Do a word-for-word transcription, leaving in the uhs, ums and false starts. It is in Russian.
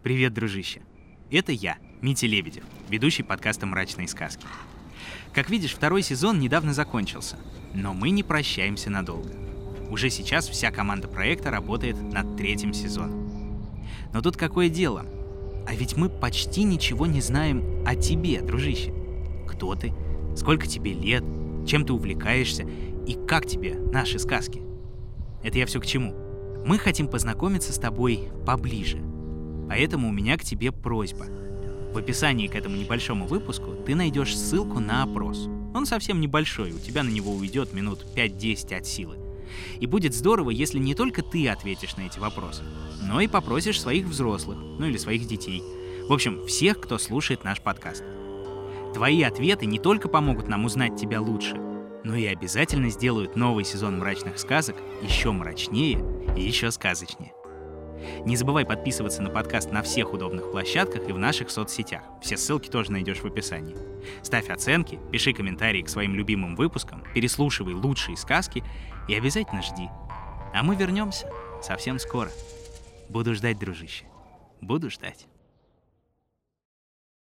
Привет, дружище. Это я, Митя Лебедев, ведущий подкаста «Мрачные сказки». Как видишь, второй сезон недавно закончился, но мы не прощаемся надолго. Уже сейчас вся команда проекта работает над третьим сезоном. Но тут какое дело? А ведь мы почти ничего не знаем о тебе, дружище. Кто ты? Сколько тебе лет? Чем ты увлекаешься? И как тебе наши сказки? Это я все к чему? Мы хотим познакомиться с тобой поближе. Поэтому у меня к тебе просьба. В описании к этому небольшому выпуску ты найдешь ссылку на опрос. Он совсем небольшой, у тебя на него уйдет минут пять-десять от силы. И будет здорово, если не только ты ответишь на эти вопросы, но и попросишь своих взрослых, ну или своих детей. В общем, всех, кто слушает наш подкаст. Твои ответы не только помогут нам узнать тебя лучше, но и обязательно сделают новый сезон «Мрачных сказок» еще мрачнее и еще сказочнее. Не забывай подписываться на подкаст на всех удобных площадках и в наших соцсетях. Все ссылки тоже найдешь в описании. Ставь оценки, пиши комментарии к своим любимым выпускам, переслушивай лучшие сказки и обязательно жди. А мы вернемся совсем скоро. Буду ждать, дружище. Буду ждать.